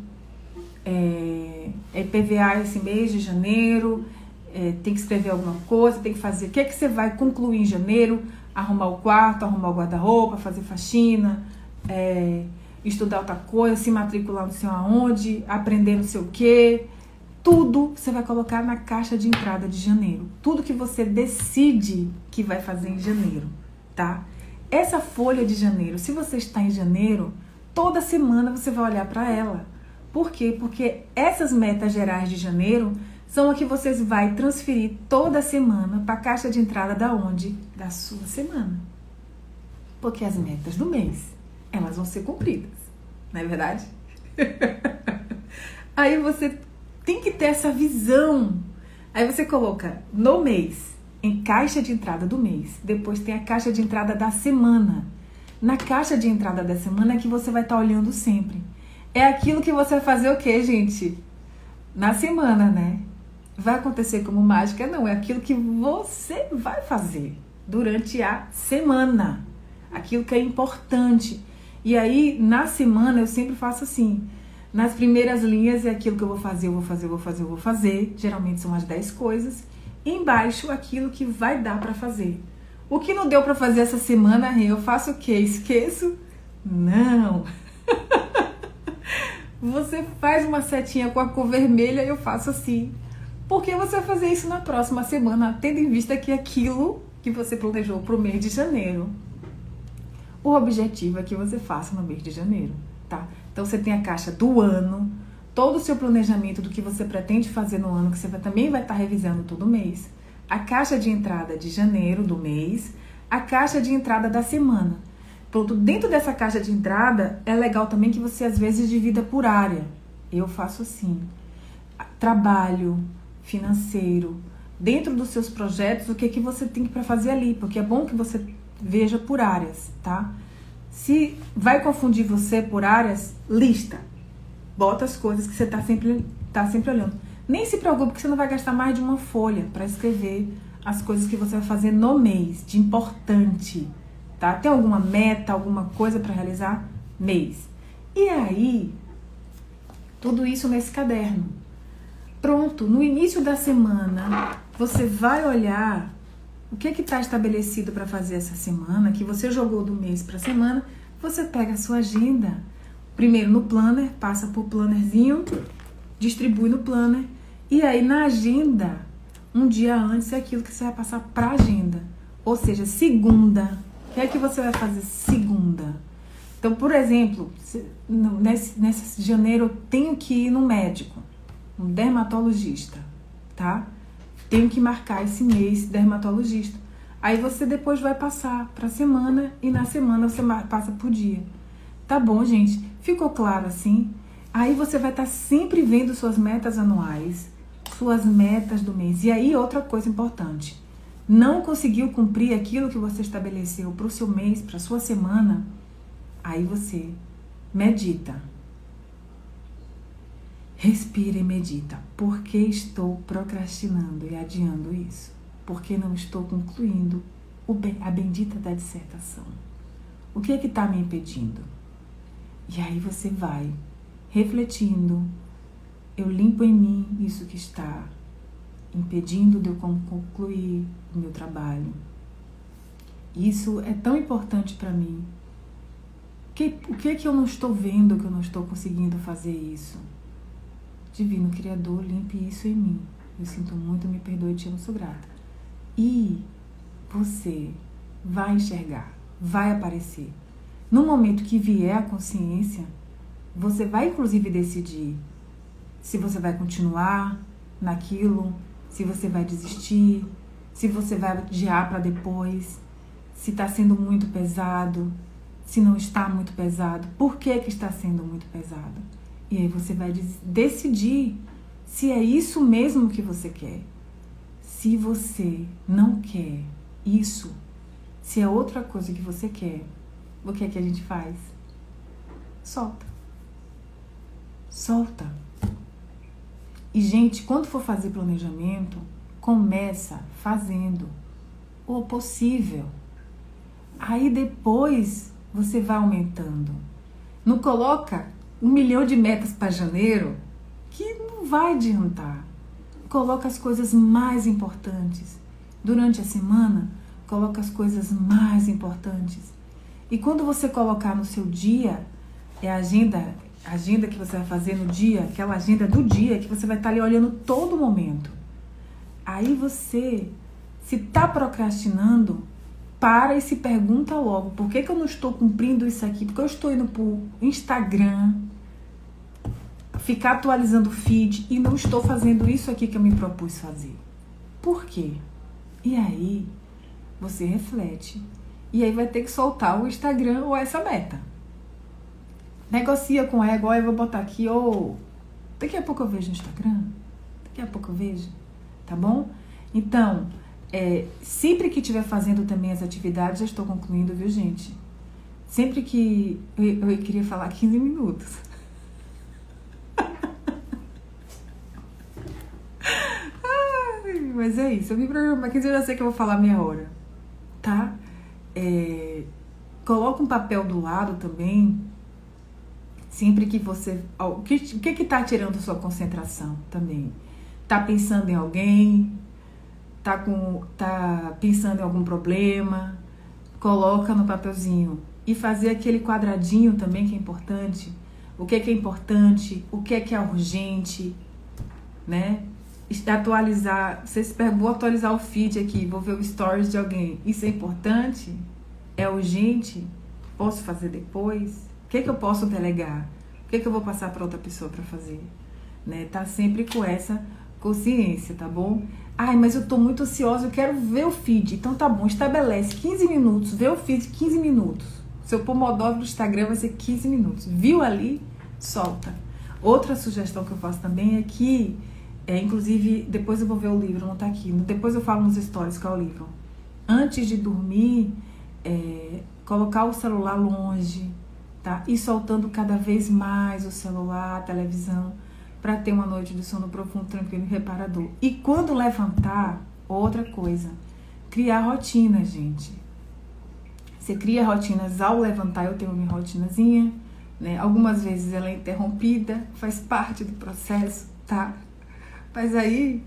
IPVA esse mês de janeiro. Tem que escrever alguma coisa, tem que fazer. O que é que você vai concluir em janeiro? Arrumar o quarto, arrumar o guarda-roupa, fazer faxina, estudar outra coisa, se matricular não sei aonde, aprender não sei o quê. Tudo você vai colocar na caixa de entrada de janeiro. Tudo que você decide que vai fazer em janeiro, tá? Essa folha de janeiro, se você está em janeiro, toda semana você vai olhar para ela. Por quê? Porque essas metas gerais de janeiro são a que vocês vai transferir toda semana para a caixa de entrada da onde? Da sua semana. Porque as metas do mês, elas vão ser cumpridas. Não é verdade? Aí você tem que ter essa visão. Aí você coloca no mês, em caixa de entrada do mês. Depois tem a caixa de entrada da semana. Na caixa de entrada da semana é que você vai estar olhando sempre. É aquilo que você vai fazer o quê, gente? Na semana, né? Vai acontecer como mágica? Não, é aquilo que você vai fazer durante a semana. Aquilo que é importante. E aí, na semana, eu sempre faço assim. Nas primeiras linhas é aquilo que eu vou fazer, eu vou fazer, eu vou fazer, eu vou fazer. Geralmente são as 10 coisas. E embaixo aquilo que vai dar para fazer. O que não deu para fazer essa semana, eu faço o quê? Esqueço? Não. Você faz uma setinha com a cor vermelha e eu faço assim. Porque você vai fazer isso na próxima semana, tendo em vista que aquilo que você planejou para o mês de janeiro. O objetivo é que você faça no mês de janeiro, tá? Então você tem a caixa do ano, todo o seu planejamento do que você pretende fazer no ano, que você também vai estar revisando todo mês. A caixa de entrada de janeiro do mês, a caixa de entrada da semana. Pronto, dentro dessa caixa de entrada, é legal também que você às vezes divida por área. Eu faço assim. Trabalho, financeiro, dentro dos seus projetos, o que você tem para fazer ali, porque é bom que você veja por áreas, tá? Se vai confundir você por áreas, lista. Bota as coisas que você tá sempre olhando. Nem se preocupe que você não vai gastar mais de uma folha para escrever as coisas que você vai fazer no mês, de importante, tá? Tem alguma meta, alguma coisa para realizar? Mês. E aí, tudo isso nesse caderno. Pronto, no início da semana, você vai olhar o que está estabelecido para fazer essa semana, que você jogou do mês para a semana, você pega a sua agenda, primeiro no planner, passa por plannerzinho, distribui no planner, e aí na agenda, um dia antes é aquilo que você vai passar para a agenda. Ou seja, segunda, o que é que você vai fazer segunda? Então, por exemplo, nesse janeiro eu tenho que ir no médico, um dermatologista, tá? Tenho que marcar esse mês dermatologista. Aí você depois vai passar para a semana e na semana você passa por dia. Tá bom, gente? Ficou claro assim? Aí você vai estar sempre vendo suas metas anuais, suas metas do mês. E aí outra coisa importante. Não conseguiu cumprir aquilo que você estabeleceu para o seu mês, para a sua semana, aí você medita. Respira e medita. Por que estou procrastinando e adiando isso? Por que não estou concluindo a bendita da dissertação? O que é que está me impedindo? E aí você vai refletindo. Eu limpo em mim isso que está impedindo de eu concluir o meu trabalho. Isso é tão importante para mim. O que é que eu não estou vendo, que eu não estou conseguindo fazer isso? Divino Criador, limpe isso em mim. Eu sinto muito, me perdoe, te amo, sou grata. E você vai enxergar, vai aparecer. No momento que vier a consciência, você vai inclusive decidir se você vai continuar naquilo, se você vai desistir, se você vai adiar para depois, se está sendo muito pesado, se não está muito pesado, por que está sendo muito pesado? E aí você vai decidir se é isso mesmo que você quer. Se você não quer isso, se é outra coisa que você quer, o que é que a gente faz? Solta. Solta. E, gente, quando for fazer planejamento, começa fazendo o possível. Aí depois você vai aumentando. Não coloca 1 milhão de metas para janeiro, que não vai adiantar. Coloca as coisas mais importantes. Durante a semana, coloca as coisas mais importantes. E quando você colocar no seu dia, é a agenda que você vai fazer no dia, aquela agenda do dia que você vai estar ali olhando todo momento. Aí você, se está procrastinando, para e se pergunta logo, por que eu não estou cumprindo isso aqui? Porque eu estou indo para o Instagram, ficar atualizando o feed e não estou fazendo isso aqui que eu me propus fazer. Por quê? E aí, você reflete. E aí vai ter que soltar o Instagram ou essa meta. Negocia com o ego, eu vou botar aqui, daqui a pouco eu vejo no Instagram, daqui a pouco eu vejo, tá bom? Então, sempre que estiver fazendo também as atividades, já estou concluindo, viu, gente? Sempre que... Eu queria falar 15 minutos. Mas é isso, eu me programo 15, eu já sei que eu vou falar meia hora, tá? Coloca um papel do lado também. Sempre que você... O que está tirando sua concentração também? Tá pensando em alguém? Tá pensando em algum problema? Coloca no papelzinho. E fazer aquele quadradinho também que é importante. O que é importante? O que é urgente? Né? Atualizar. Vou atualizar o feed aqui. Vou ver o stories de alguém. Isso é importante? É urgente? Posso fazer depois? O que eu posso delegar? O que eu vou passar para outra pessoa para fazer? Né? Tá sempre com essa consciência, tá bom? Ai, mas eu tô muito ansiosa, eu quero ver o feed. Então tá bom, estabelece 15 minutos, vê o feed 15 minutos. Seu pomodoro do Instagram vai ser 15 minutos. Viu ali? Solta. Outra sugestão que eu faço também é que, inclusive, depois eu vou ver o livro, não tá aqui. Depois eu falo nos stories qual é o livro. Antes de dormir, colocar o celular longe, tá? E soltando cada vez mais o celular, a televisão, para ter uma noite de sono profundo, tranquilo e reparador. E quando levantar, outra coisa, criar rotina, gente. Você cria rotinas ao levantar, eu tenho minha rotinazinha, né? Algumas vezes ela é interrompida, faz parte do processo, tá? Mas aí,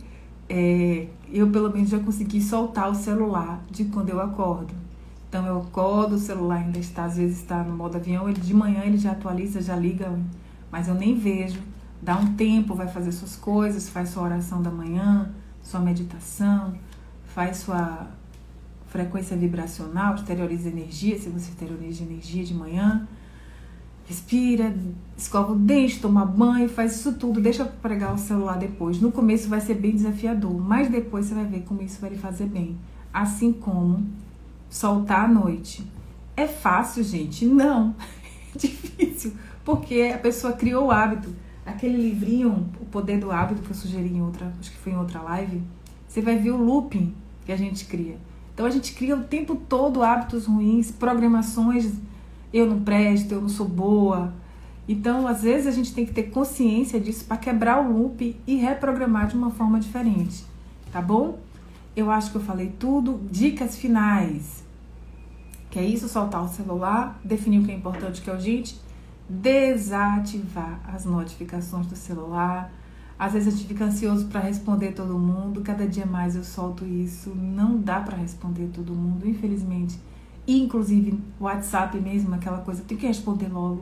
eu pelo menos já consegui soltar o celular de quando eu acordo. Então eu acordo, o celular ainda está, às vezes está no modo avião, de manhã ele já atualiza, já liga, mas eu nem vejo. Dá um tempo, vai fazer suas coisas, faz sua oração da manhã, sua meditação, faz sua frequência vibracional, exterioriza energia, se você exterioriza energia de manhã, respira, escova o dente, toma banho, faz isso tudo, deixa pregar o celular depois. No começo vai ser bem desafiador, mas depois você vai ver como isso vai lhe fazer bem. Assim como soltar à noite. É fácil, gente? Não. É difícil, porque a pessoa criou o hábito. Aquele livrinho, O Poder do Hábito, que eu sugeri em outra, acho que foi em outra live, você vai ver o looping que a gente cria. Então a gente cria o tempo todo hábitos ruins, programações, eu não presto, eu não sou boa. Então, às vezes, a gente tem que ter consciência disso para quebrar o loop e reprogramar de uma forma diferente. Tá bom? Eu acho que eu falei tudo. Dicas finais. Que é isso, soltar o celular, definir o que é importante, o que é urgente, desativar as notificações do celular. Às vezes a gente fica ansioso para responder todo mundo, cada dia mais eu solto isso, não dá para responder todo mundo, infelizmente. E, inclusive, o WhatsApp mesmo, aquela coisa, tem que responder logo.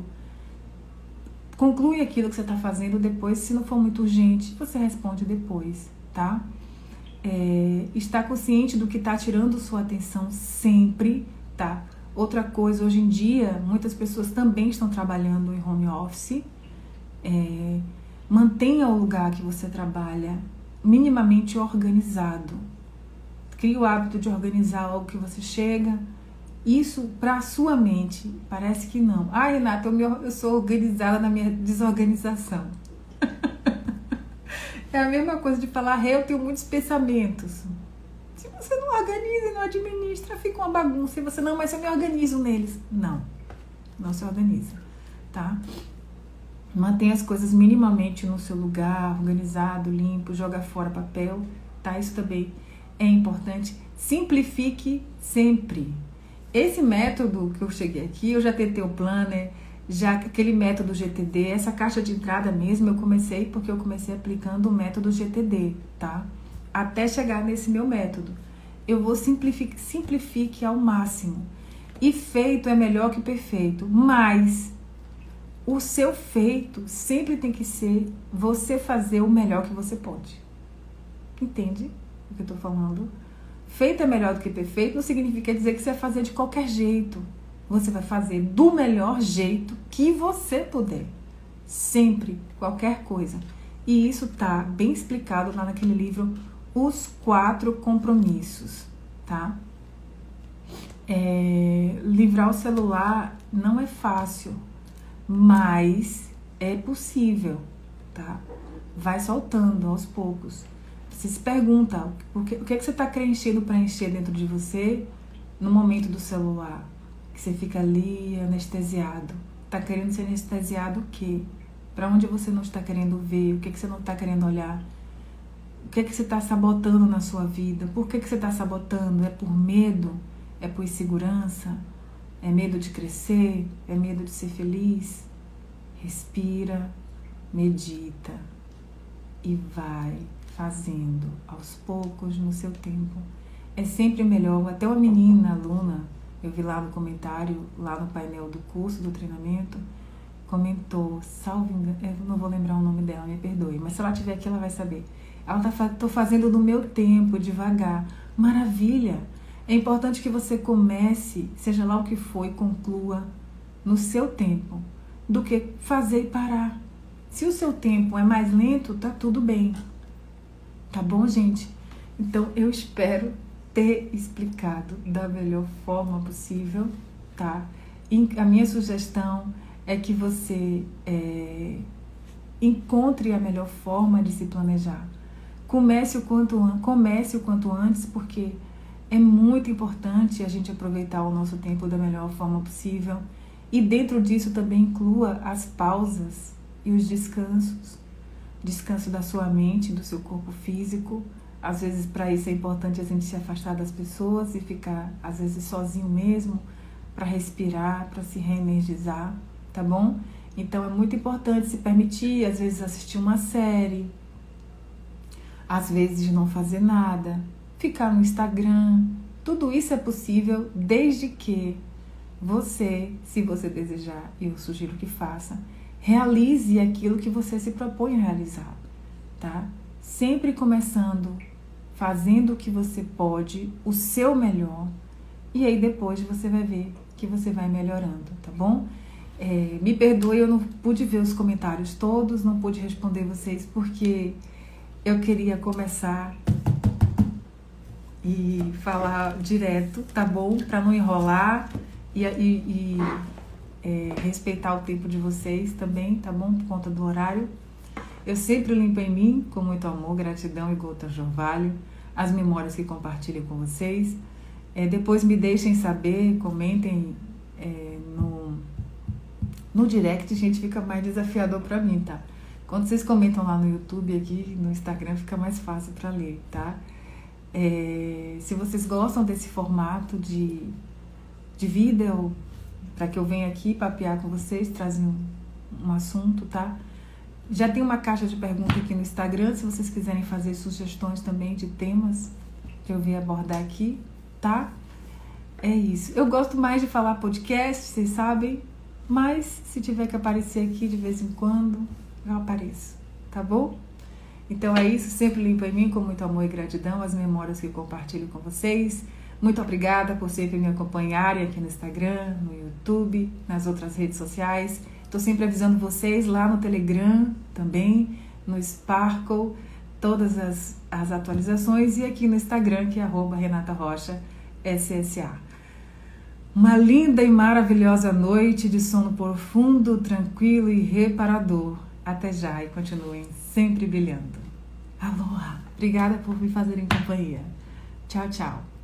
Conclui aquilo que você está fazendo depois, se não for muito urgente, você responde depois, tá? Estar consciente do que está tirando sua atenção sempre, tá? Outra coisa, hoje em dia, muitas pessoas também estão trabalhando em home office. Mantenha o lugar que você trabalha minimamente organizado. Crie o hábito de organizar algo que você chega. Isso para a sua mente, parece que não. Ah, Renata, eu sou organizada na minha desorganização. É a mesma coisa de falar, eu tenho muitos pensamentos. Se você não organiza e não administra, fica uma bagunça. E você, não, mas eu me organizo neles. Não se organiza, tá? Mantenha as coisas minimamente no seu lugar, organizado, limpo, joga fora papel, tá? Isso também é importante. Simplifique sempre. Esse método que eu cheguei aqui, eu já tentei o planner, já aquele método GTD, essa caixa de entrada mesmo, eu comecei porque eu comecei aplicando o método GTD, tá? Até chegar nesse meu método. Eu vou simplifique ao máximo. E feito é melhor que perfeito, mas o seu feito sempre tem que ser você fazer o melhor que você pode. Entende o que eu tô falando? Feito é melhor do que perfeito não significa dizer que você vai fazer de qualquer jeito. Você vai fazer do melhor jeito que você puder. Sempre, qualquer coisa. E isso tá bem explicado lá naquele livro, Os 4 Compromissos, tá? Livrar o celular não é fácil, mas é possível, tá? Vai soltando aos poucos. Você se pergunta, o que você está querendo preencher dentro de você no momento do celular? Que você fica ali anestesiado. Está querendo ser anestesiado o quê? Para onde você não está querendo ver? O que você não está querendo olhar? O que você está sabotando na sua vida? Por que você está sabotando? É por medo? É por insegurança? É medo de crescer? É medo de ser feliz? Respira, medita e vai fazendo aos poucos no seu tempo. É sempre melhor. Até uma menina, aluna, eu vi lá no comentário, lá no painel do curso, do treinamento, comentou, salvo engano, eu não vou lembrar o nome dela, me perdoe, mas se ela estiver aqui ela vai saber. Ela tô fazendo no meu tempo, devagar. Maravilha! É importante que você comece, seja lá o que for, e conclua no seu tempo, do que fazer e parar. Se o seu tempo é mais lento, tá tudo bem. Tá bom, gente? Então, eu espero ter explicado da melhor forma possível, tá? E a minha sugestão é que você encontre a melhor forma de se planejar. Comece o quanto antes, porque é muito importante a gente aproveitar o nosso tempo da melhor forma possível. E dentro disso também inclua as pausas e os descansos. Descanso da sua mente, do seu corpo físico. Às vezes, para isso é importante a gente se afastar das pessoas e ficar, às vezes, sozinho mesmo, para respirar, para se reenergizar, tá bom? Então, é muito importante se permitir, às vezes, assistir uma série, às vezes, não fazer nada, ficar no Instagram. Tudo isso é possível desde que você, se você desejar, eu sugiro que faça, realize aquilo que você se propõe a realizar, tá? Sempre começando, fazendo o que você pode, o seu melhor, e aí depois você vai ver que você vai melhorando, tá bom? Me perdoe, eu não pude ver os comentários todos, não pude responder vocês, porque eu queria começar e falar direto, tá bom? Para não enrolar e respeitar o tempo de vocês também, tá bom? Por conta do horário. Eu sempre limpo em mim, com muito amor, gratidão e gotas de orvalho, as memórias que compartilho com vocês. Depois me deixem saber, comentem no direct, gente, fica mais desafiador para mim, tá? Quando vocês comentam lá no YouTube, aqui no Instagram, fica mais fácil para ler, tá? Se vocês gostam desse formato de vídeo, para que eu venha aqui papear com vocês, trazer um assunto, tá? Já tem uma caixa de perguntas aqui no Instagram, se vocês quiserem fazer sugestões também de temas que eu venho abordar aqui, tá? É isso. Eu gosto mais de falar podcast, vocês sabem, mas se tiver que aparecer aqui de vez em quando, eu apareço, tá bom? Então é isso, sempre limpo em mim com muito amor e gratidão as memórias que compartilho com vocês. Muito obrigada por sempre me acompanharem aqui no Instagram, no YouTube, nas outras redes sociais. Estou sempre avisando vocês lá no Telegram também, no Sparkle, todas as atualizações, e aqui no Instagram, que é @RenataRochaSSA. Uma linda e maravilhosa noite de sono profundo, tranquilo e reparador. Até já e continuem sempre brilhando. Aloha! Obrigada por me fazerem companhia. Tchau, tchau.